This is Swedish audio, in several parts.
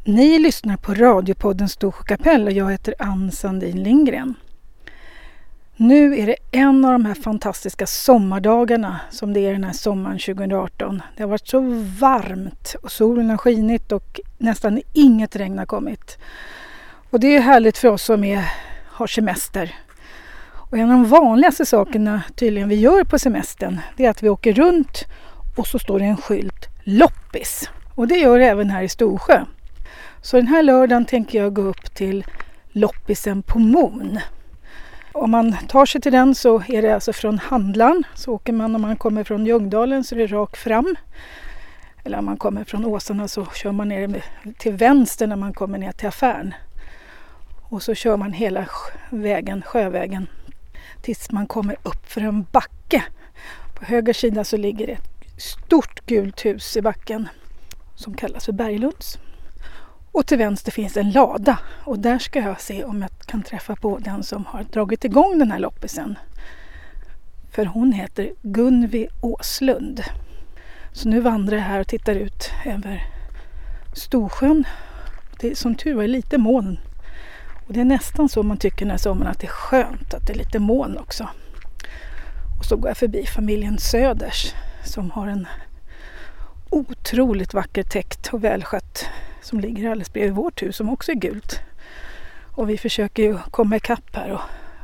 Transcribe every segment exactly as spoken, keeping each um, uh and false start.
Ni lyssnar på radiopodden Storsjö kapell och jag heter Ann Sandin Lindgren. Nu är det en av de här fantastiska sommardagarna som det är den här sommaren tjugo arton. Det har varit så varmt och solen har skinit och nästan inget regn har kommit. Och det är härligt för oss som är, har semester. Och en av de vanligaste sakerna tydligen vi gör på semestern, det är att vi åker runt och så står det en skylt loppis. Och det gör det även här i Storsjö. Så den här lördagen tänker jag gå upp till loppisen på Mon. Om man tar sig till den så är det alltså från Handlarn. Så åker man, om man kommer från Ljungdalen så är det rakt fram. Eller om man kommer från Åsarna så kör man ner till vänster när man kommer ner till affären. Och så kör man hela vägen, sjövägen, tills man kommer upp för en backe. På höger sida så ligger det ett stort gult hus i backen som kallas för Berglunds. Och till vänster finns en lada och där ska jag se om jag kan träffa på den som har dragit igång den här loppisen. För hon heter Gunvi Åslund. Så nu vandrar jag här och tittar ut över Storsjön. Det är som tur är lite moln. Och det är nästan så man tycker när sommaren att det är skönt att det är lite moln också. Och så går jag förbi familjen Söders som har en otroligt vacker täckt och välskött som ligger alldeles bredvid vårt hus som också är gult. Och vi försöker ju komma ikapp här och,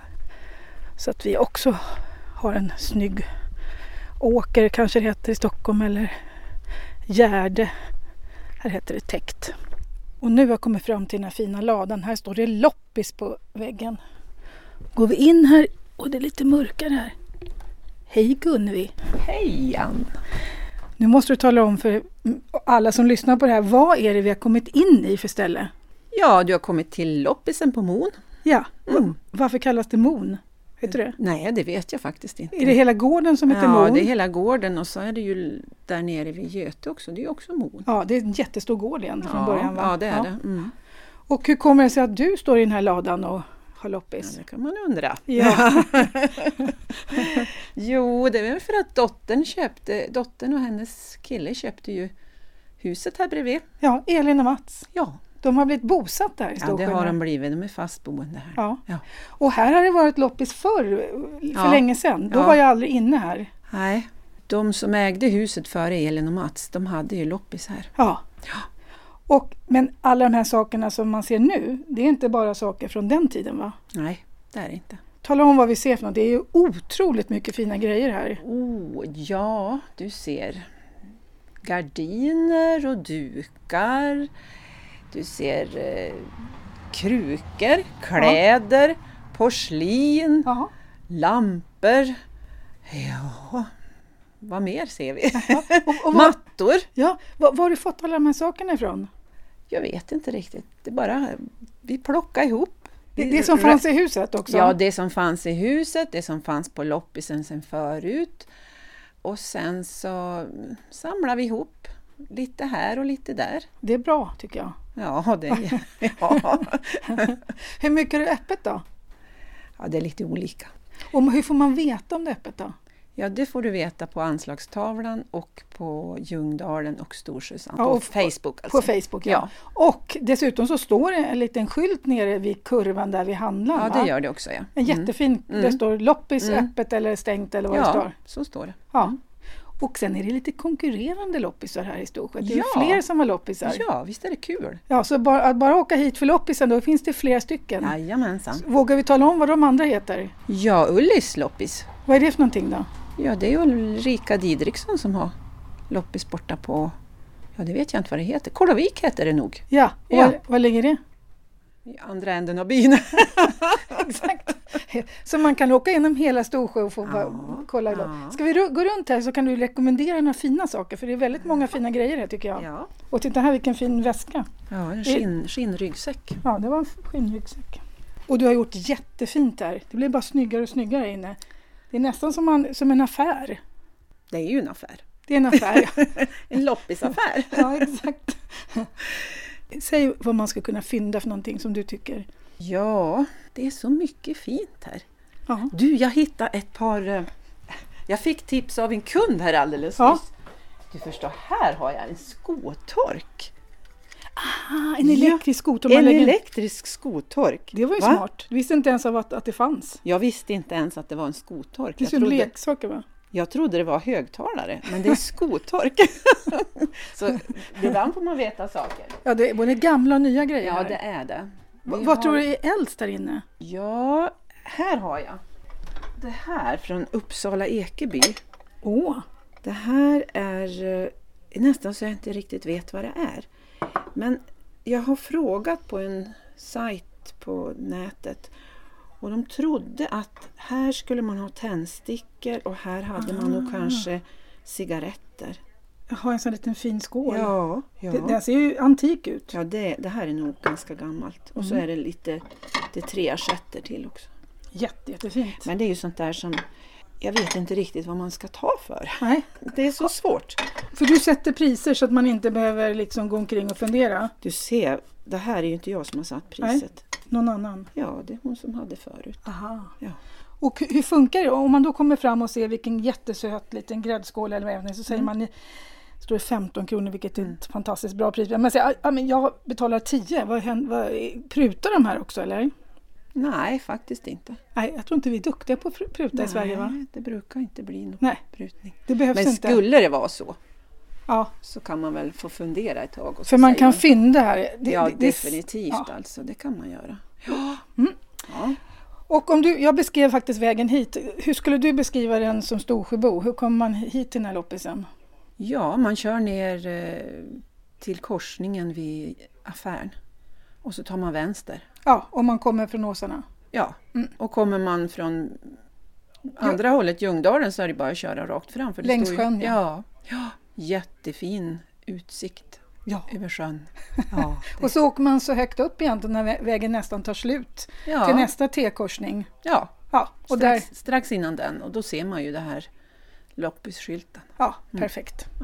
så att vi också har en snygg åker, kanske det heter i Stockholm, eller gärde. Här heter det täckt. Och nu har jag kommit fram till den här fina ladan. Här står det loppis på väggen. Går vi in här och det är lite mörkare här. Hej Gunvi. Hej Ann. Nu måste du tala om för alla som lyssnar på det här, vad är det vi har kommit in i för ställe? Ja, du har kommit till loppisen på Mon. Ja, Mm. Varför kallas det Mon? Vet du det? Nej, det vet jag faktiskt inte. Är det hela gården som heter ja, Mon? Ja, det är hela gården och så är det ju där nere vid Göte också. Det är också Mon. Ja, det är en jättestor gård igen från ja, början, va? Ja, det är ja. det. Mm. Och hur kommer det sig att du står i den här ladan och har loppis? Ja, det kan man undra. Ja. Jo, det är väl för att dottern köpte, dottern och hennes kille köpte ju huset här bredvid. Ja, Elin och Mats. Ja. De har blivit bosatta här i Storsjö. Ja, det har de blivit. De är fastboende här. Ja. Ja. Och här har det varit loppis förr, för ja. länge sedan. Då ja. var jag aldrig inne här. Nej, de som ägde huset före Elin och Mats, de hade ju loppis här. Ja. Ja. Och, men alla de här sakerna som man ser nu, det är inte bara saker från den tiden, va? Nej, det är det inte. Tala om vad vi ser för något. Det är ju otroligt mycket fina grejer här. Oh, ja, du ser gardiner och dukar. Du ser eh, krukor, kläder, ja. porslin, Aha. lampor. Ja, vad mer ser vi? Ja. Och, och vad, mattor. Ja, var, var har du fått alla de här sakerna ifrån? Jag vet inte riktigt. Det är bara, vi plockar ihop. Det, det som fanns i huset också? Ja, det som fanns i huset, det som fanns på loppisen sen förut. Och sen så samlar vi ihop lite här och lite där. Det är bra tycker jag. Ja, det är ja. Hur mycket är det öppet då? Ja, det är lite olika. Och hur får man veta om det är öppet då? Ja, det får du veta på anslagstavlan och på Ljungdalen och Storsjösan. Ja, på och Facebook alltså. På Facebook, ja. ja. Och dessutom så står det en liten skylt nere vid kurvan där vid handlaren. Ja, va? det gör det också, ja. En jättefin, mm. det står loppis mm. öppet eller stängt eller vad ja, det står. Ja, så står det. Ja. Och sen är det lite konkurrerande loppisar här i Storsjö. Det är ja. fler som har loppisar. Ja, visst är det kul. Ja, så bara, att bara åka hit för loppisen, då finns det flera stycken. Jajamensan. Så vågar vi tala om vad de andra heter? Ja, Ullis loppis. Vad är det för någonting då? Ja, det är Ulrika Didriksson som har loppis borta på, ja det vet jag inte vad det heter. Kolovik heter det nog. Ja, och ja. Var, var ligger det? I andra änden av byn. Exakt. Så man kan åka igenom hela Storsjö och få ja, bara, kolla. ja. Ska vi gå runt här så kan du rekommendera några fina saker. För det är väldigt många fina grejer här tycker jag. Ja, Och titta här vilken fin väska. ja en skinn, skinnryggsäck. Ja, det var en skinnryggsäck. Och du har gjort jättefint här. Det blir bara snyggare och snyggare här inne. Det är nästan som, man, som en affär. Det är ju en affär. Det är en affär, ja. En loppisaffär. Ja, exakt. Säg vad man ska kunna fynda för någonting som du tycker. Ja, det är så mycket fint här. Ja. Du, jag hittade ett par... Jag fick tips av en kund här alldeles ja. nyss. Du förstår, här har jag en skotork. Ah, en elektrisk skotor. En lägger... elektrisk skotork. Det var ju Va? smart. Du visste inte ens av att, att det fanns. Jag visste inte ens att det var en skotork. Det är Jag som trodde, leksaker, va? jag trodde det var högtalare, men det är skotork. Så ibland får man veta saker. Ja, det är både gamla och nya grejer Ja, här. det är det. Va, Vi vad har... tror du är äldst där inne? Ja, här har jag. Det här från Uppsala Ekeby. Åh, Det här är eh, nästan så jag inte riktigt vet vad det är. Men jag har frågat på en sajt på nätet. Och de trodde att här skulle man ha tändstickor och här hade man nog kanske cigaretter. jag har en sån liten fin skål. Ja, ja. Det, det ser ju antik ut. ja det, det här är nog ganska gammalt. Och så är det lite det är tre assietter till också. Jätte, jättefint. Men det är ju sånt där som jag vet inte riktigt vad man ska ta för. Nej, Det är så svårt. för du sätter priser så att man inte behöver liksom gå omkring och fundera. Du ser, det här är ju inte jag som har satt priset. Någon annan. Ja, det är hon som hade förut. Aha. Ja. Och hur funkar det? Om man då kommer fram och ser vilken jättesöt liten gräddskål eller vad det är, så säger man, står det femton kronor, vilket är ett fantastiskt bra pris. Men säger, ja, men jag betalar tio. Vad, händer, vad, prutar de här också, eller? Nej, faktiskt inte. Nej, jag tror inte vi är duktiga på att pruta Nej, i Sverige, va? det brukar inte bli någon Nej. prutning. Det behövs Men inte. skulle det vara så, Ja, så kan man väl få fundera ett tag. Och så för man säger kan fynda här. Det, Ja, det, det, definitivt ja. alltså. Det kan man göra. Mm. Ja. Och om du, jag beskrev faktiskt vägen hit. Hur skulle du beskriva den som Storsjöbo? Hur kommer man hit till den här loppisen? ja, man kör ner eh, till korsningen vid affären. Och så tar man vänster. Ja, om man kommer från Åsarna. Ja, Mm. och kommer man från andra hållet, Ljungdalen, så är det bara att köra rakt fram. För det Längs står ju, sjön, ja. ja. Ja, jättefin utsikt Ja. över sjön. Ja, det, Och så åker man så högt upp egentligen när vä- vägen nästan tar slut. ja, Till nästa T-korsning. ja. Ja, och där, Strax, strax innan den. Och då ser man ju det här loppisskylten. ja, perfekt. Ja.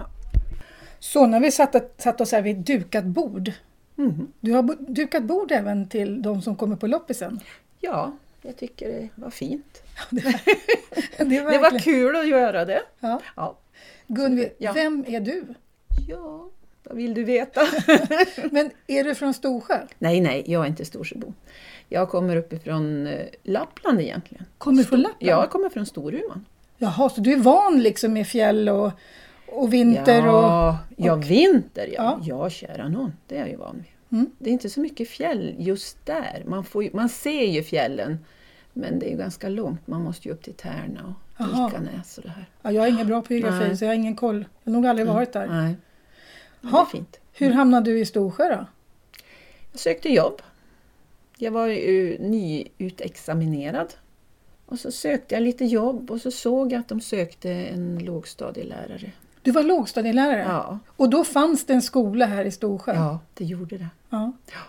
Så när vi satt, satt oss här vid ett dukat bord. Mhm. Du har bo- dukat bord även till de som kommer på loppisen. Ja, jag tycker det var fint. Det är Det var verkligen- kul att göra det. Ja. Ja, Gunvi, Ja. vem är du? ja, vad vill du veta? Men är du från Storsjö? nej, nej, jag är inte Storsjöbo. Jag kommer uppifrån eh, Lappland egentligen. Kommer du från Lappland? Jag kommer från Storuman. Jaha, så du är van liksom med fjäll och, och vinter och... Ja, ja, vinter, ja. Ja. Ja, kära någon. Det är jag ju van vid. Mm. Det är inte så mycket fjäll just där. Man, får ju, man ser ju fjällen, men det är ju ganska långt. Man måste ju upp till Tärna och Jaha. Vikanäs och det här. Ja, jag är ingen bra på geografi Nej. så jag har ingen koll. Jag har nog aldrig varit där. Nej, men det Ha. är fint. Hur hamnade du i Storsjö då? Jag sökte jobb. Jag var ju nyutexaminerad. Och så sökte jag lite jobb och så såg jag att de sökte en lågstadielärare. Du var lågstadielärare? Ja, Och då fanns det en skola här i Storsjö? ja, det gjorde det. Ja.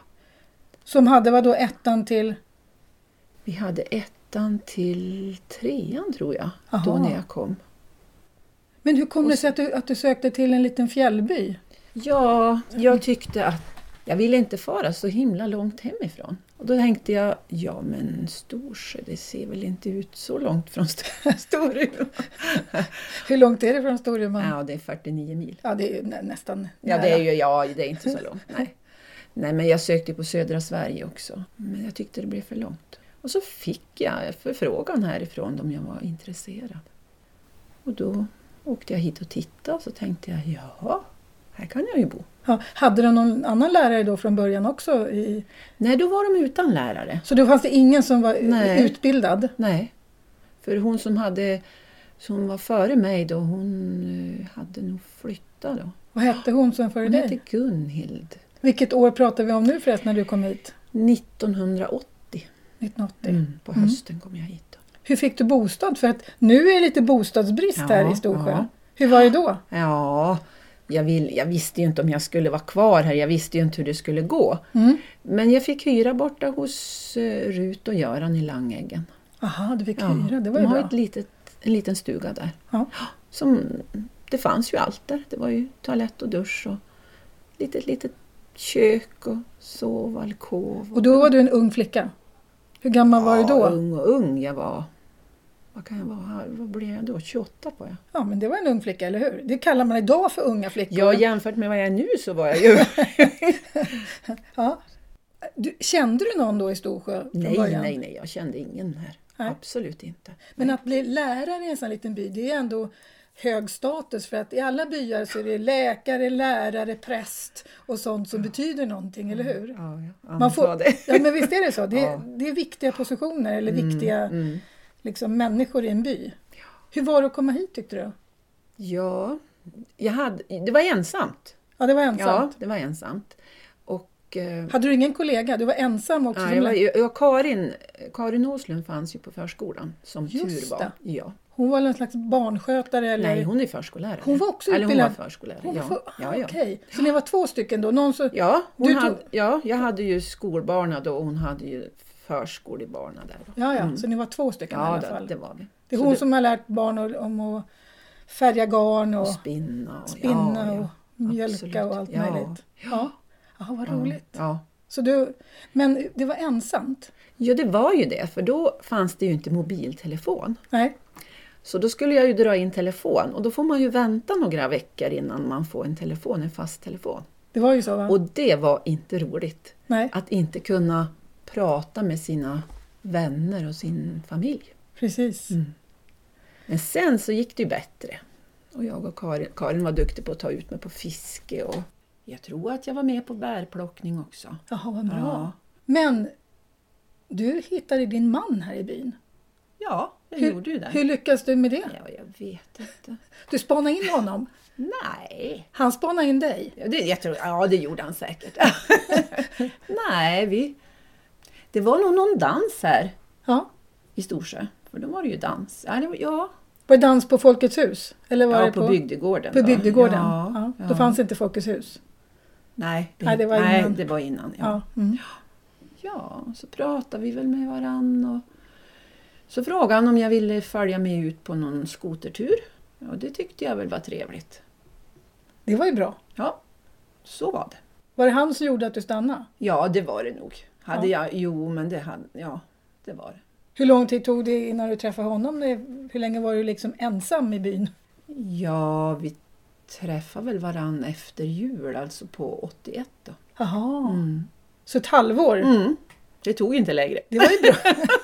Som hade vad då ettan till... Vi hade ettan till trean tror jag, Aha. då när jag kom. Men hur kom det sig att du, att du sökte till en liten fjällby? Ja, jag tyckte att jag ville inte fara så himla långt hemifrån. Och då tänkte jag, ja men Storsjö, det ser väl inte ut så långt från St- Storuman. Hur långt är det från Storuman? Ja, det är fyrtionio mil. Ja, det är nä, nästan Ja, nära. det är ju, ja, det är inte så långt. Nej. Nej, men jag sökte på södra Sverige också. Men jag tyckte det blev för långt. Och så fick jag förfrågan härifrån om jag var intresserad. Och då åkte jag hit och tittade och så tänkte jag, ja, här kan jag ju bo. Ja, hade du någon annan lärare då från början också? I... Nej, då var de utan lärare. Så då fanns det ingen som var Nej. utbildad? Nej, för hon som, hade, som var före mig då, hon eh, hade nog flyttat då. Vad hette hon som före Hon dig? hette Gunhild. Vilket år pratar vi om nu förresten när du kom hit? nittonhundraåttio. nittonhundraåttio. Mm, på hösten kom jag hit då. Hur fick du bostad? För att nu är det lite bostadsbrist Ja, här i Storsjö. ja. Hur var det då? Ja, jag, vill, jag visste ju inte om jag skulle vara kvar här. Jag visste ju inte hur det skulle gå. Mm. Men jag fick hyra borta hos uh, Rut och Göran i Langäggen. Aha, du fick Ja, hyra. Det var de ju har bra. ett litet, en liten stuga där. Ja. Som, det fanns ju allt där. Det var ju toalett och dusch och litet, litet kök och sovalkov. Och då var du en ung flicka. Hur gammal var du Ja, då? ung och ung jag var. vad kan jag vara? Vad blir jag då? tjugoåtta på jag. Ja, men det var en ung flicka, eller hur? Det kallar man idag för unga flickor. Ja, jämfört med vad jag är nu så var jag ju. Ja. Du, kände du någon då i Storsjö? Nej, nej, nej. Jag kände ingen här. Nej. Absolut inte. Men att bli lärare i en sån liten by, det är ändå hög status. För att i alla byar så är det läkare, lärare, präst och sånt som ja. betyder någonting, eller hur? Ja, ja. Man får, det. Ja, men visst är det så. Det, ja. det är viktiga positioner eller mm, viktiga mm. Liksom, människor i en by. Ja. Hur var det att komma hit, tyckte du? Ja, jag hade, det var ensamt. Ja, det var ensamt. Ja, det var ensamt. Och, hade du ingen kollega? Du var ensam också? Ja, jag var, jag, Karin, Karin Åslund fanns ju på förskolan, som Just tur var. Det. Ja. Hon var någon slags barnskötare? Eller? Nej, hon är förskollärare. Hon var också utbildad? Eller hon var förskollärare, hon ja. Var för... ja, ja. Okej, så ni var två stycken då? Någon så... ja, hon du hade, tog... ja, jag hade ju skolbarna då och hon hade ju förskolebarna där. Då. Ja, ja, mm. så ni var två stycken ja, i alla det, fall? det var vi. Det är så hon det... som har lärt barn om att färga garn och, och spinna och, spinna ja, och mjölka absolut. och allt ja. möjligt. Ja, ja vad roligt. Ja. Så du, men det var ensamt? Ja, det var ju det. För då fanns det ju inte mobiltelefon. Nej. Så då skulle jag ju dra in telefon. Och då får man ju vänta några veckor innan man får en telefon, en fast telefon. Det var ju så, va? Och det var inte roligt. Nej. Att inte kunna prata med sina vänner och sin familj. Precis. Mm. Men sen så gick det ju bättre. Och jag och Karin, Karin var duktig på att ta ut mig på fiske. Och jag tror att jag var med på bärplockning också. Jaha, vad bra. Ja. Men du hittade din man här i byn. Ja, jag hur, gjorde ju det. Hur lyckas du med det? Ja, jag vet inte. Du spanade in honom? Nej. Han spanade in dig? Ja, det, jag tror, ja, det gjorde han säkert. Nej, vi... Det var nog någon dans här ja. i Storsjö. För då var det ju dans. Ja, det var, ja. Var det dans på Folkets hus? Eller var ja, det på, på bygdegården. På då. bygdegården? Ja, ja. ja. Då fanns inte Folkets hus? Nej, det, nej, det var nej, innan. det var innan. Ja. Ja, mm. ja, så pratade vi väl med varann. Och så frågade han om jag ville följa med ut på någon skotertur. Ja, det tyckte jag väl var trevligt. Det var ju bra. Ja, så var det. Var det han som gjorde att du stannade? Ja, det var det nog. Hade ja. jag, jo, men det, hade, ja, det var det. Hur lång tid tog det innan du träffade honom? Hur länge var du liksom ensam i byn? Ja, vi träffade väl varann efter jul, alltså på åttioett då. Jaha, mm. så ett halvår? Mm. Det tog inte längre. Det var ju bra.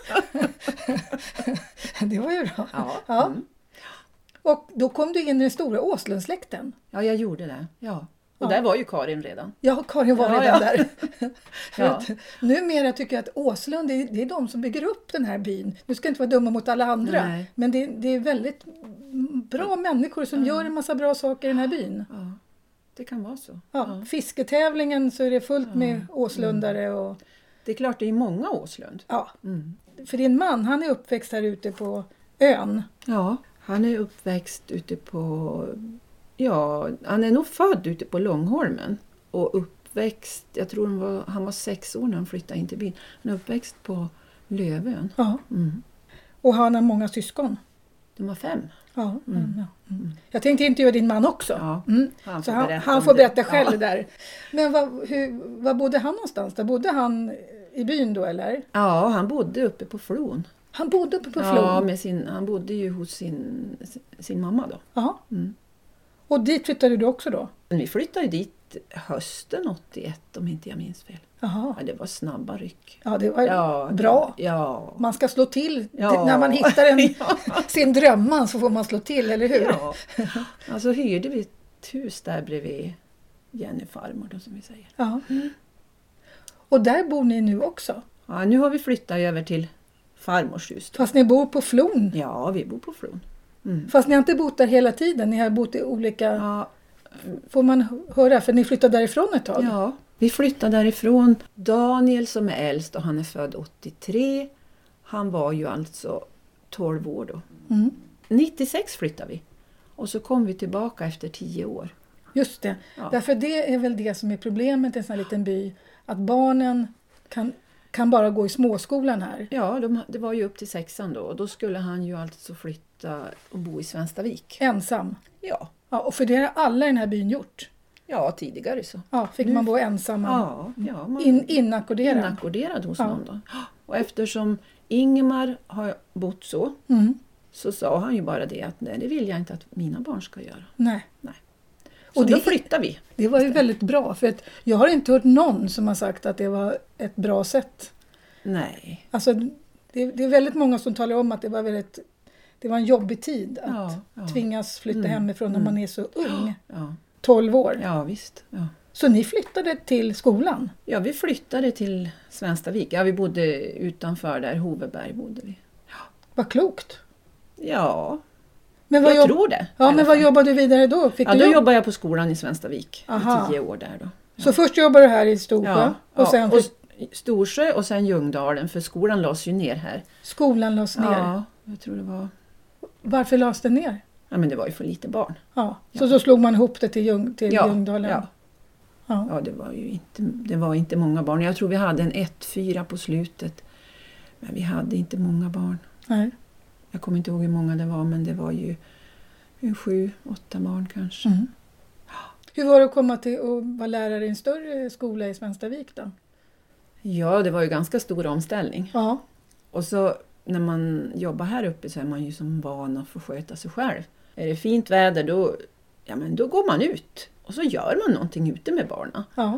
Det var ju bra. Ja. ja. Mm. Och då kom du in i den stora Åslundsläkten. Ja, jag gjorde det. Ja. Och ja. där var ju Karin redan. Ja, Karin var ja, redan ja. där. För ja. att, numera tycker jag att Åslund, det är, det är de som bygger upp den här byn. Nu ska jag inte vara dumma mot alla andra. Nej. Men det, det är väldigt bra människor som ja. gör en massa bra saker i den här byn. Ja, det kan vara så. Ja, ja. Fisketävlingen så är det fullt ja. med åslundare. Och... Det är klart, det är många Åslund. Ja, mm. för din man, han är uppväxt här ute på ön. Ja, han är uppväxt ute på... Ja, han är nog född ute på Långholmen. Och uppväxt, jag tror han var, han var sex år när han flyttade in till byn. Han är uppväxt på Lövön. Ja. Mm. Och han har många syskon. De var fem. Ja, Mm. ja. Mm. Jag tänkte intervjua din man också. Ja, mm. han Så får han, berätta, han får berätta det. själv Ja. där. Men var, hur, var bodde han någonstans? Där bodde han i byn då, eller? Ja, han bodde uppe på Flon. Han bodde uppe på Flon? Ja, med sin, han bodde ju hos sin, sin mamma då. Ja. Mm. Och dit flyttade du också då? Men vi flyttade ju dit hösten åttioett om inte jag minns fel. Jaha. Ja, det var snabba ryck. Ja, det var ja, bra. Ja. Man ska slå till. Ja. När man hittar en, ja. sin drömman så får man slå till, eller hur? Ja. Alltså hyrde vi ett hus där bredvid Jenny farmor då, som vi säger. Ja. Mm. Och där bor ni nu också? Ja, nu har vi flyttat över till farmors hus då. Fast ni bor på Flon? Ja, vi bor på Flon. Mm. Fast ni har inte bott där hela tiden? Ni har bott i olika... Ja. Får man höra? För ni flyttade därifrån ett tag? Ja, vi flyttade därifrån. Daniel som är äldst och han är född åttiotre. Han var ju alltså tolv år då. Mm. nittiosex flyttade vi. Och så kom vi tillbaka efter tio år. Just det. Ja. Därför det är väl det som är problemet i en sån här liten by. Att barnen kan, kan bara gå i småskolan här. Ja, de, det var ju upp till sexan då. Och då skulle han ju alltså flytta och bo i Svenstavik. Ensam? Ja. Ja, och för det har alla i den här byn gjort. Ja, tidigare så. Ja, fick nu, man bo ensam? Ja, ja man, in, inackorderad? Inackorderad hos ja. någon då. Och eftersom Ingemar har bott så. Mm. så sa han ju bara det att nej, det vill jag inte att mina barn ska göra. Nej. nej. Så Och då det, flyttade vi. Det var ju väldigt bra, för att jag har inte hört någon som har sagt att det var ett bra sätt. Nej. Alltså, det, det är väldigt många som talar om att det var väldigt, det var en jobbig tid att Ja, ja. tvingas flytta Mm, hemifrån när mm. man är så ung, Ja, tolv år. ja visst. Ja. Så ni flyttade till skolan? ja, vi flyttade till Svenstavik. Ja, vi bodde utanför där, Hoveberg bodde vi. Vad klokt. Ja, Men vad jag jobb... tror det. Ja, i men alla vad fall. jobbade du vidare då? Fick Ja, du då jobb? jobbade jag på skolan i Svenstavik Aha. i tio år där då. Ja. Så först jobbade du här i Storsjö Ja, och ja, sen och fick... Storsjö och sen Ljungdalen, för skolan lades ju ner här. skolan lades ner. Ja, jag tror det var... Varför lades den ner? Ja, men det var ju för lite barn. Ja, så Ja. då slog man ihop det till, Ljung, till Ja, Ljungdalen. ja. Ja. Ja, det var ju inte, det var inte många barn. Jag tror vi hade en ett fyra på slutet. Men vi hade inte många barn. Nej. Jag kommer inte ihåg hur många det var, men det var ju en sju, åtta barn kanske. Mm. Hur var det att komma till att vara lärare i en större skola i Svenstavik då? Ja, det var ju ganska stor omställning. Ja. Och så när man jobbar här uppe så är man ju som van att få sköta sig själv. Är det fint väder då, ja, men då går man ut. Och så gör man någonting ute med barnen. Ja.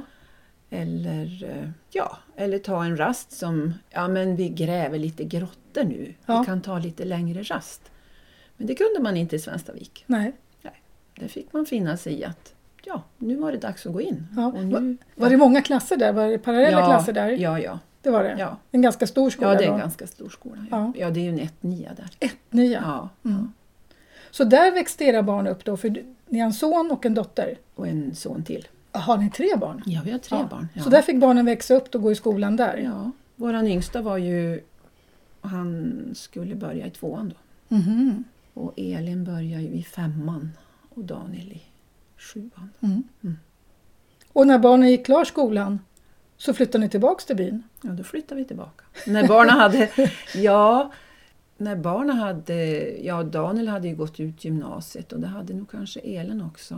Eller, eh, ja, eller ta en rast som, ja men vi gräver lite grottor nu. Ja. Vi kan ta lite längre rast. Men det kunde man inte i Svenstavik. Nej. Där fick man finna sig i att, ja, nu var det dags att gå in. Ja. Och nu, Var det många klasser där? Var det parallella ja, klasser där? Ja, ja. Det var det? Ja, En ganska stor skola ja det är en då? ganska stor skola. Ja. Ja, ja det är ju en ett nia där. Ett, nya. Ja, Mm. Så där växte era barn upp då? För du- ni har en son och en dotter. och en son till. Har ni tre barn? Ja, vi har tre Ja. barn. Ja. Så där fick barnen växa upp och gå i skolan där? Ja, våran yngsta var ju, han skulle börja i tvåan då. Mhm. Och Elin börjar ju i femman och Daniel i sjuan. Mm. Mm. Och när barnen gick klar skolan så flyttade ni tillbaka till byn? Ja, då flyttade vi tillbaka. När barnen hade, ja, när barnen hade, ja Daniel hade ju gått ut gymnasiet och det hade nog kanske Elin också.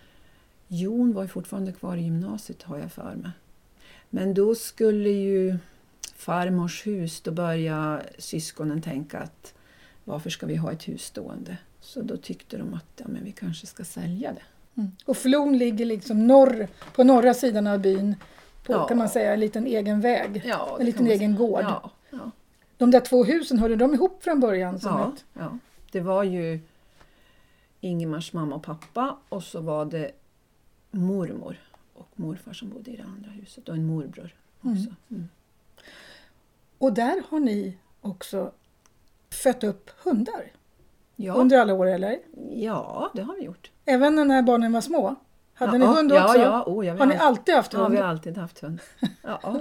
Jon var ju fortfarande kvar i gymnasiet har jag för mig. Men då skulle ju farmors hus, då började syskonen tänka att varför ska vi ha ett hus stående? Så då tyckte de att ja, men vi kanske ska sälja det. Mm. Och Flon ligger liksom norr, på norra sidan av byn på, Ja. kan man säga, en liten egen väg. Ja, En det liten kan man egen säga. gård. Ja, ja. De där två husen, hörde de ihop från början? Som Ja, ett... ja, det var ju Ingemars mamma och pappa och så var det mormor och morfar som bodde i det andra huset och en morbror också. Mm. Och där har ni också fött upp hundar Ja, under alla år, eller? ja, det har vi gjort. Även när barnen var små? Hade ja, ni hund ja, också? Ja, oh, ja, vi har ni all- alltid haft Ja, hund? vi har alltid haft hund. Ja.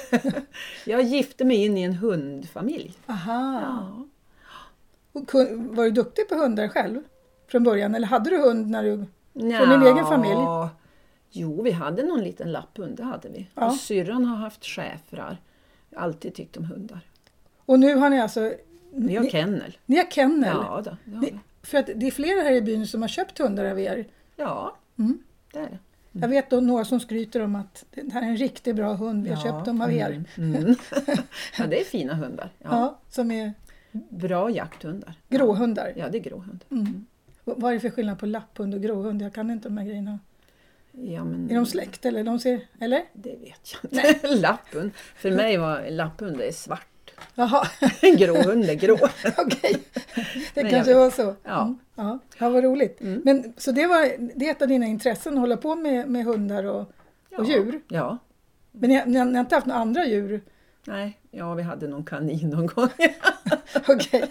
Jag gifte mig in i en hundfamilj. Aha. Ja. Och kun- var du duktig på hundar själv från början? Eller hade du hund när du... Nja, Från din egen familj? Jo, vi hade någon liten lapphund, det hade vi. Ja. Och syrran har haft schäfrar. Jag har alltid tyckt om hundar. Och nu har ni alltså... Vi har ni, kennel. ni har kennel? Ja, då, det har Ni, vi. för att det är flera här i byn som har köpt hundar av er. Ja, Mm. det är det. Jag vet då några som skryter om att det här är en riktigt bra hund, vi har köpt dem av er. Mm, mm. Ja, det är fina hundar. Ja. Ja, som är Bra jakthundar. gråhundar. Ja, det är gråhund. Mm. Vad är det för skillnad på lapphund och gråhund? Jag kan inte de här grejerna. Ja, men, Är de släkt eller? De ser, eller? Det vet jag inte. Lapphund. För mig var lapphund är svart. Jaha, En gråhund är grå. okej. Det Men kanske jag var så. Ja. Mm. Ja, ja, vad roligt. Mm. Men, så det var det är ett av dina intressen, att hålla på med, med hundar och, Ja. och djur. Ja. Men ni, ni, har- ni har inte haft några andra djur? Nej, ja, vi hade någon kanin någon gång. Okej.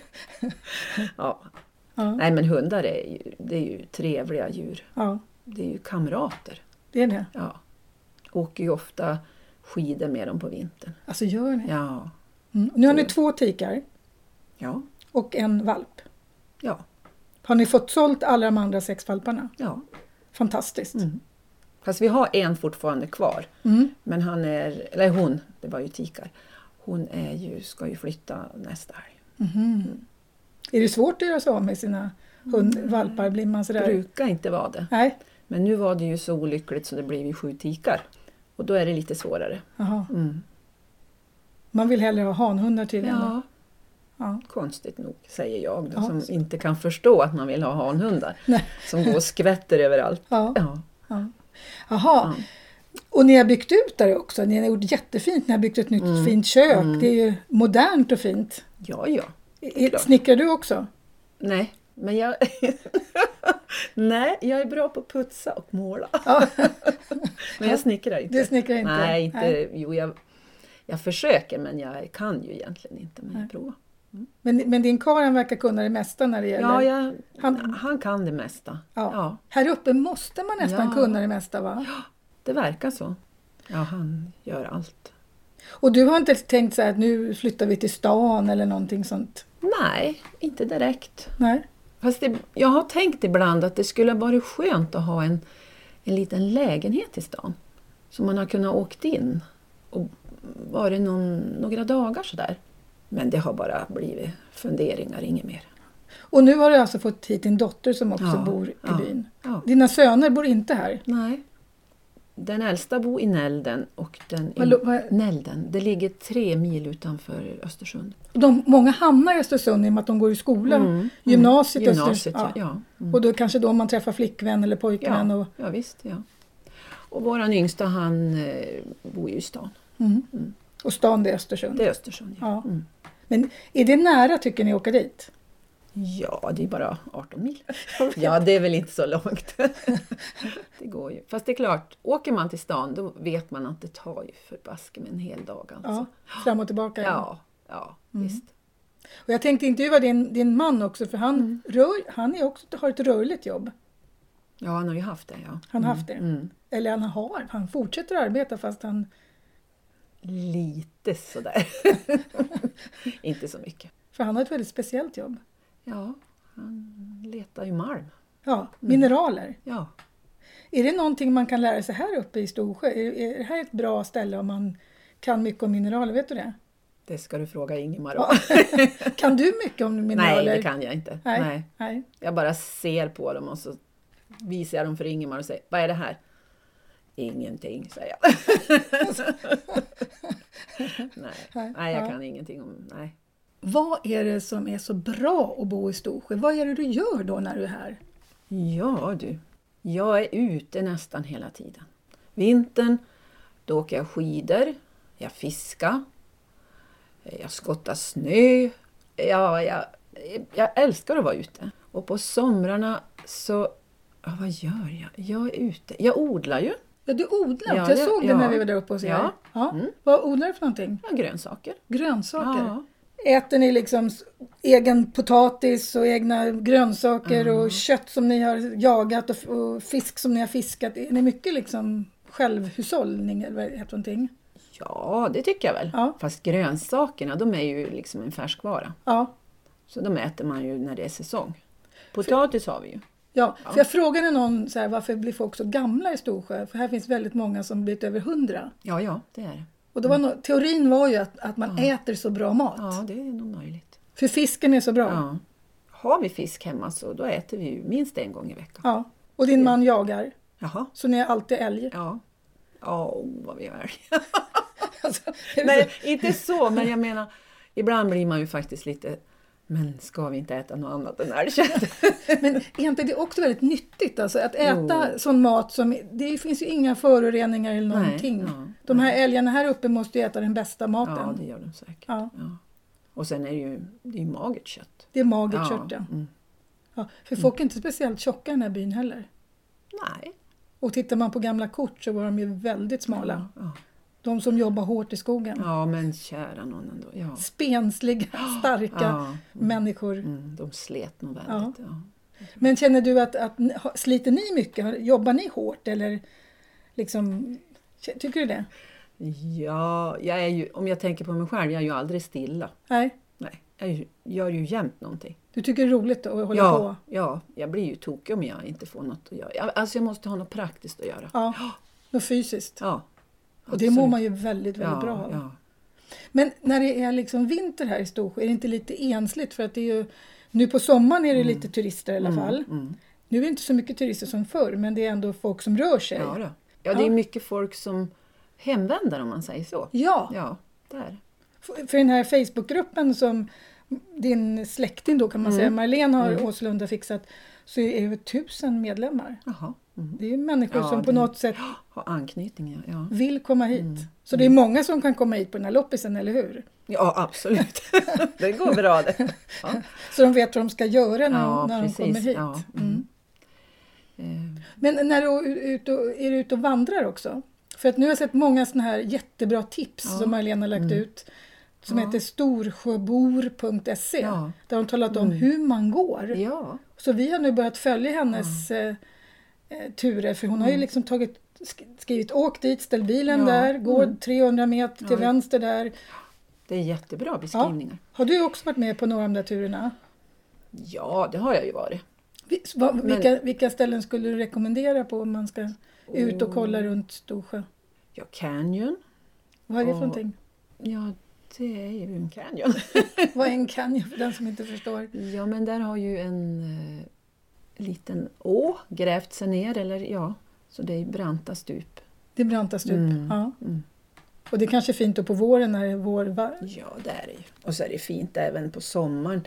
Ja. Ja, Nej, men hundar är ju, det är ju trevliga djur. ja, Det är ju kamrater. det är det. Ja. Åker ju ofta skidor med dem på vintern. Alltså gör ni? Ja. Mm. Nu har ni två tikar Ja. och en valp. Ja. Har ni fått sålt alla de andra sex valparna? Ja. Fantastiskt. Mm. Fast vi har en fortfarande kvar. Mm. Men han är, eller hon, det var ju tikar. Hon är ju, ska ju flytta nästa helg. Mhm. Är det svårt att göra sig av med sina hund, valpar? Blir man sådär? Brukar inte vara det. Nej. Men nu var det ju så olyckligt så det blev ju sju tikar. Och då är det lite svårare. Jaha. Mm. Man vill hellre ha hanhundar till än Ja. Ja. Konstigt nog, säger jag då, Ja. som inte kan förstå att man vill ha hanhundar. Nej. Som går och skvätter överallt. Ja. Ja. Ja. Jaha. Ja. Och ni har byggt ut där också. Ni har gjort jättefint. Ni har byggt ett nytt Mm. fint kök. Mm. Det är ju modernt och fint. Ja, ja. I- Snickrar du också? Nej, men jag... Nej, jag är bra på att putsa och måla. Ja. Men jag snickrar inte. Du snickrar inte? Nej, inte. Nej. Jo, jag, jag försöker, men jag kan ju egentligen inte. Men jag provar. Men, men din karl han verkar kunna det mesta när det gäller... Ja, jag, Han- han, han kan det mesta. Ja. Ja, Här uppe måste man nästan Ja. kunna det mesta, va? det verkar så. Ja, han gör allt. Och du har inte tänkt så här att nu flyttar vi till stan eller någonting sånt? Nej, inte direkt. Nej. Fast det, jag har tänkt ibland att det skulle vara skönt att ha en, en liten lägenhet i stan. Så man har kunnat åkt in och varit någon, några dagar sådär. Men det har bara blivit funderingar, inget mer. Och nu har du alltså fått hit din dotter som också Ja, bor i ja, byn. Ja. Dina söner bor inte här? Nej. Den äldsta bor i Nälden och den Vad i lo- vad- Nälden. Det ligger tre mil utanför Östersund. De, många hamnar i Östersund i och med att de går i skolan. Mm, mm. Gymnasiet, i Gymnasiet, Östersund. ja. ja. Mm. Och då kanske då man träffar flickvän eller pojkvän. Ja, Och, ja visst, ja. Och våran yngsta han eh, bor ju i stan. mm. Mm. och stan det är Östersund. Det är Östersund, ja. Ja. Mm. Men är det nära tycker ni åka dit? Ja, det är bara arton mil. Ja, det är väl inte så långt. Det går ju. Fast det är klart, åker man till stan då vet man att det tar ju förbaske med en hel dag. Alltså. Ja, fram och tillbaka. ja, ja Mm. visst. Och jag tänkte intervjua din, din man också för han, Mm. rör, han är också, har ett rörligt jobb. Ja, han har ju haft det, ja. Han har Mm, haft det. Mm. Eller han har, han fortsätter arbeta fast han... Lite sådär. Inte så mycket. För han har ett väldigt speciellt jobb. Ja, han letar ju malm. Ja, mineraler. Ja. Är det någonting man kan lära sig här uppe i Storsjö? Är, är det här ett bra ställe om man kan mycket om mineraler? Vet du det? Det ska du fråga Ingemar om. Ja. Kan du mycket om mineraler? Nej, det kan jag inte. Nej. Nej. Nej. Jag bara ser på dem och så visar jag dem för Ingemar och säger, vad är det här? Ingenting, säger jag. nej. nej, jag kan ingenting om... Nej. Vad är det som är så bra att bo i Storsjö? Vad är det du gör då när du är här? Ja du, jag är ute nästan hela tiden. Vintern, då åker jag skidor, jag fiskar, jag skottar snö. Ja, jag, jag älskar att vara ute. Och på somrarna så, ja, vad gör jag? Jag är ute, jag odlar ju. Ja, du odlar. Ja, jag det- såg det ja. när vi var där uppe hos er. Ja. Ja. Mm. Vad odlar du för någonting? Ja, grönsaker. Grönsaker. Ja. Äter ni liksom s- egen potatis och egna grönsaker och kött som ni har jagat och, f- och fisk som ni har fiskat? Är ni mycket liksom självhushållning eller vad heter det någonting? Ja, det tycker jag väl. Ja. Fast grönsakerna, de är ju liksom en färskvara. Ja. Så de äter man ju när det är säsong. Potatis har vi ju. Ja, för jag frågade någon så här, varför blir folk så gamla i Storsjö? För här finns väldigt många som blivit över hundra. Ja, ja, det är det. Och då var no- teorin var ju att, att man äter så bra mat. Ja, det är nog möjligt. För fisken är så bra. Ja. Har vi fisk hemma så då äter vi ju minst en gång i veckan. Ja. Och din man jagar. Jaha. Så ni är alltid älg. Ja. Ja, oh, vad vi är. Alltså, är det Nej, så- inte så, men jag menar, ibland blir man ju faktiskt lite, men ska vi inte äta något annat än älgkött? Men är inte det också väldigt nyttigt? Alltså, att äta Jo. sån mat som, det finns ju inga föroreningar eller Nej, någonting. ja, De här älgarna här uppe måste ju äta den bästa maten. Ja, det gör de säkert. Ja. Ja. Och sen är det ju, det är ju magert kött. Det är magert kött, ja. Mm. Ja. För folk är inte speciellt tjocka i den här byn heller. Nej. Och tittar man på gamla kort så var de ju väldigt smala. Ja, De som jobbar hårt i skogen. ja, men kära någon ändå. Ja. Spensliga, starka Ja. Mm. människor. Mm, de slet nog väldigt. Ja. Men känner du att, att ha- sliter ni mycket? Jobbar ni hårt eller liksom, tycker du det? Ja, jag är ju, om jag tänker på mig själv, jag är ju aldrig stilla. Nej, Nej, jag är ju- gör ju jämt någonting. du tycker det är roligt att hålla Ja, på? ja, jag blir ju tokig om jag inte får något att göra. Jag- Alltså jag måste ha något praktiskt att göra. Ja, något fysiskt. Ja, Och det mår man ju väldigt, väldigt ja, bra av. Ja. Men när det är liksom vinter här i Storsjö, är det inte lite ensligt? För att det är ju, nu på sommaren är det lite turister i alla fall. Mm. Nu är det inte så mycket turister som förr, men det är ändå folk som rör sig. Ja, då. Ja, det är mycket folk som hemvänder om man säger så. Ja. Ja, där. För för den här Facebookgruppen som din släkting då kan man Mm. säga, Marlene har Mm. Åslund har fixat, så är det över tusen medlemmar. Jaha. Mm. Det är ju människor Ja, som på det- något sätt Har anknytning, ja. vill komma hit. Mm. Så det är många som kan komma hit på den här loppisen, eller hur? Ja, absolut. Det går bra det. Ja, Så de vet vad de ska göra när, ja när precis. de kommer hit. Ja. Mm. Mm. Eh, Men när du är ute och, är du ute och vandrar också? För att nu har jag sett många såna här jättebra tips Ja. som Marlene har lagt Mm. ut. Som Ja. heter storsjöbor punkt se. Ja. Där de talat om Mm. hur man går. Ja. Så vi har nu börjat följa hennes eh, eh, turer. För hon har ju Mm. liksom tagit, sk- skrivit åk dit, ställ bilen Ja. där, gå Mm. trehundra meter till Ja. vänster där. Det är jättebra beskrivningar. Har du också varit med på några av de där turerna? Ja, det har jag ju varit. Vi- vad- Men- Vilka, vilka ställen skulle du rekommendera på om man ska ut och kolla Oh. runt Storsjö? Ja, Canyon. Vad är det för Och- någonting? Ja, det är ju en canyon. Vad är en canyon för den som inte förstår? Ja, men där har ju en eh, liten å grävt sig ner, eller ja, så det är branta stup. Det är branta stup. Mm. Ja. Mm. Och det är kanske fint då på våren när det är vår. va- Ja, det är det ju. Och så är det fint även på sommaren.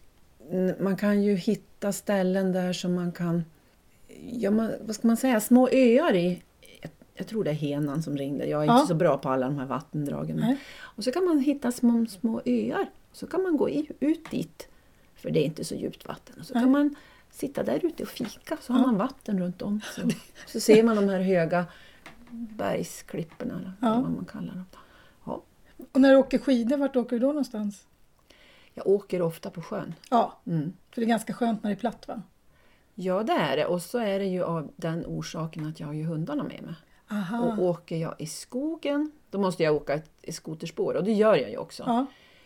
N- Man kan ju hitta ställen där som man kan, ja, man, vad ska man säga, små öar i. Jag, jag tror det är Henan som ringde. Jag är Ja. inte så bra på alla de här vattendragen. Nej. Och så kan man hitta små, små öar. Så kan man gå i, ut dit. För det är inte så djupt vatten. Och så Nej. kan man sitta där ute och fika. Så har Ja. man vatten runt om. Så, så ser man de här höga bergsklipporna. Eller Ja. vad man kallar dem. Ja. Och när du åker skidor, vart åker du då någonstans? Jag åker ofta på sjön. Ja, Mm. för det är ganska skönt när det är platt, va? Ja, det är det. Och så är det ju av den orsaken att jag har ju hundarna med mig. Aha. Och åker jag i skogen, då måste jag åka ett, ett skoterspår. Och det gör jag ju också. Ja.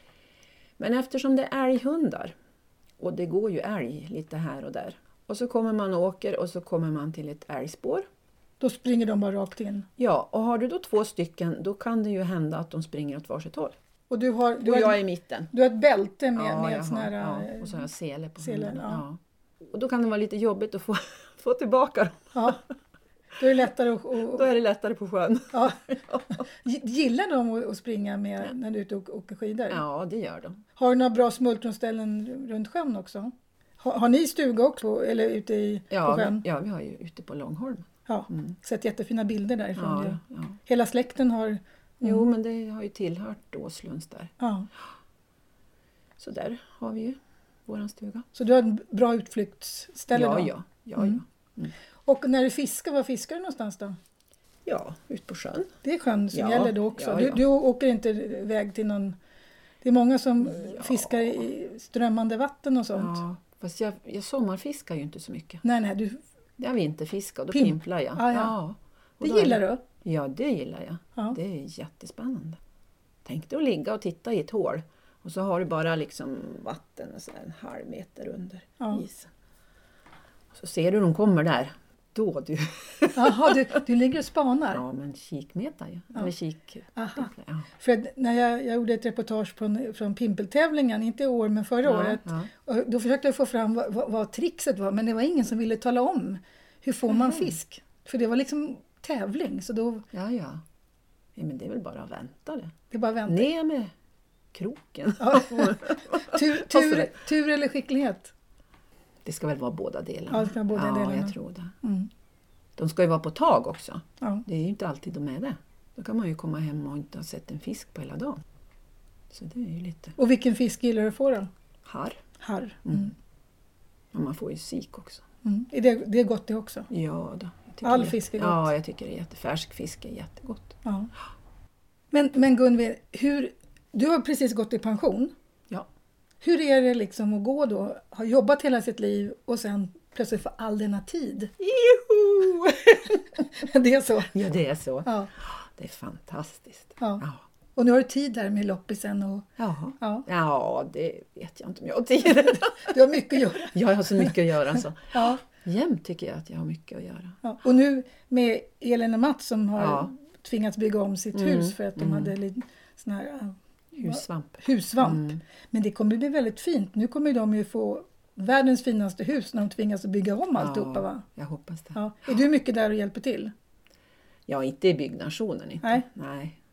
Men eftersom det är älghundar, och det går ju älg lite här och där. Och så kommer man och åker och så kommer man till ett älgspår. Då springer de bara rakt in. Ja, och har du då två stycken, då kan det ju hända att de springer åt varsitt håll. Och du har, du Och jag har, är i mitten. du har ett bälte med, Ja, med jag sån har, här... ja, och så har jag sele på selen, hundarna. ja. Ja. Och då kan det vara lite jobbigt att få, få tillbaka dem. Ja. Då är det lättare att... Och, Då är det lättare på sjön. ja. Gillar de att- att springa med när du är ute och åker skidor? Ja, det gör de. Har du några bra smultronställen runt sjön också? Har, har ni stuga också, eller ute i, Ja, på sjön? vi, ja, vi har ju ute på Långholm. Ja, Mm. sett jättefina bilder därifrån. Ja, ju. ja. Hela släkten har... Mm. Jo, men det har ju tillhört Åslunds där. Ja. Så där har vi ju våran stuga. Så du har ett bra utflyktsställe Ja, då? ja, ja, Mm. ja. Och när du fiskar, var fiskar du någonstans då? Ja, ut på sjön. Det är sjön som Ja, gäller då också. ja, Du, ja. du åker inte iväg till någon... Det är många som Ja. fiskar i strömmande vatten och sånt. Ja, fast jag, jag sommarfiskar ju inte så mycket. Nej, nej, du, Jag vinterfiskar och då Pimp. pimplar jag. Ah, ja. Och det då är gillar du? Ja, det gillar jag. Ja. Det är jättespännande. Tänk dig att ligga och titta i ett hål. Och så har du bara liksom vatten och så här en halv meter under Ja. isen. Och så ser du de kommer där. Då du. Jaha, du, du ligger och spanar? Ja, men kikmeta ju. Ja. Eller kik... Aha. Ja. För att när jag, jag gjorde ett reportage från, från pimpeltävlingen, inte i år men förra Ja, året. ja. Och då försökte jag få fram vad, vad, vad trixet var, men det var ingen som ville tala om hur får man fisk. För det var liksom tävling, så då Ja, ja. Ja, men det är väl bara att vänta det. det är bara att vänta. Ner med kroken. Ja. Tur, Vad sa tur, du? tur eller skicklighet? Det ska väl vara båda delarna. Ja, det ska vara båda ja, delarna. jag tror det. Mm. De ska ju vara på tag också. Ja. Det är ju inte alltid de är det. Då kan man ju komma hem och inte ha sett en fisk på hela dagen. Så det är ju lite Och vilken fisk gillar du att få då? harr. Harr. Mm. Mm. Men man får ju sik också. Mm. Är det, det är gott det också? Ja då. Jag tycker All det är fisk är jätte- gott. Ja, jag tycker det är jättefärsk fisk är jättegott. Ja. Men, men Gunvor, hur, du har precis gått i pension. Ja. Hur är det liksom att gå då, ha jobbat hela sitt liv och sen plötsligt få all denna tid? Juhu! Det är så? Ja, det är så. Ja. Det är fantastiskt. Ja. Ja. Och nu har du tid där med loppisen och Jaha. ja, Ja, det vet jag inte om jag har tid. du har mycket att göra. Jag har så mycket att göra. Så. Ja. Jämt tycker jag att jag har mycket att göra. Ja. Och nu med Elin och Mats som har Ja. tvingats bygga om sitt Mm, hus för att de mm. hade lite sån här ja, Hussvamp. hussvamp. Mm. Men det kommer bli väldigt fint. Nu kommer de ju få världens finaste hus när de tvingas att bygga om alltihopa, va? Jag hoppas det. Ja. Är du mycket där och hjälper till? Ja, inte i byggnationen. Inte. Nej. Nej.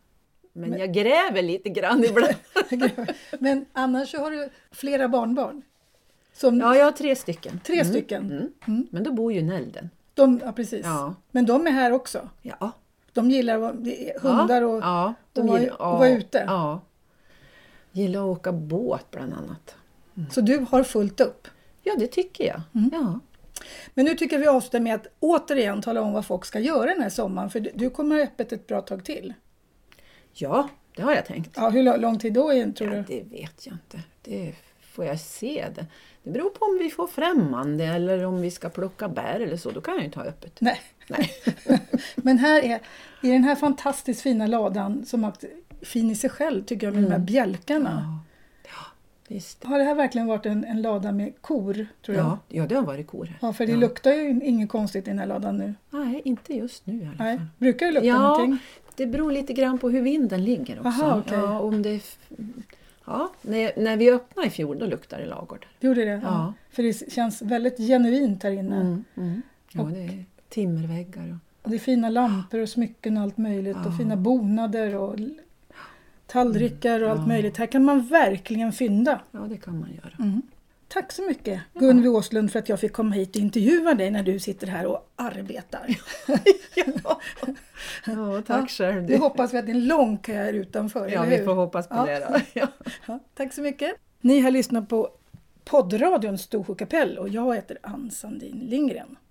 Men, men jag gräver lite grann ibland. Men annars så har du flera barnbarn. Som... Ja, jag har tre stycken. Tre mm. stycken? Mm. Mm. Men då bor ju Nälden. De, ja, precis. Ja. Men de är här också? Ja. De gillar att vara, hundar och, ja, de och, vara, gillar, och vara ute? Ja. Gillar att åka båt bland annat. Mm. Så du har fullt upp? Ja, det tycker jag. Mm. Ja. Men nu tycker vi avslutar med att återigen tala om vad folk ska göra den här sommaren. För du kommer ha öppet ett bra tag till. Ja, det har jag tänkt. Ja, hur lång tid då är, tror ja, du? Det vet jag inte. Det får jag se. Det. det beror på om vi får främmande eller om vi ska plocka bär eller så. Då kan jag inte ha öppet. Nej. Nej. Men här är, i den här fantastiskt fina ladan som är fin i sig själv tycker jag med mm. de här bjälkarna. Ja. Visst. Har det här verkligen varit en, en lada med kor, tror jag? Ja, ja det har varit kor här. Ja, för det ja. luktar ju inget konstigt i den här ladan nu. Nej, inte just nu i alla fall. Nej. Brukar det lukta ja, någonting? Det beror lite grann på hur vinden ligger också. Aha, okay. Ja, om det, ja, när, när vi öppnade i fjol, då luktade det lagård. Gjorde det? Ja. ja. För det känns väldigt genuint här inne. Mm, mm. Ja, och, det är timmerväggar. Och... och det är fina lampor och smycken och allt möjligt. Ja. Och fina bonader och... tallrikar och allt ja. möjligt. Här kan man verkligen fynda. Ja, det kan man göra. Mm. Tack så mycket ja. Gunvi Åslund för att jag fick komma hit och intervjua dig när du sitter här och arbetar. ja. ja, tack ja. själv. Nu hoppas vi att det är en lång kö här utanför. Ja, vi får hoppas på ja. det då. Ja. Ja, tack så mycket. Ni har lyssnat på poddradion Storsjö kapell och jag heter Ann Sandin Lindgren.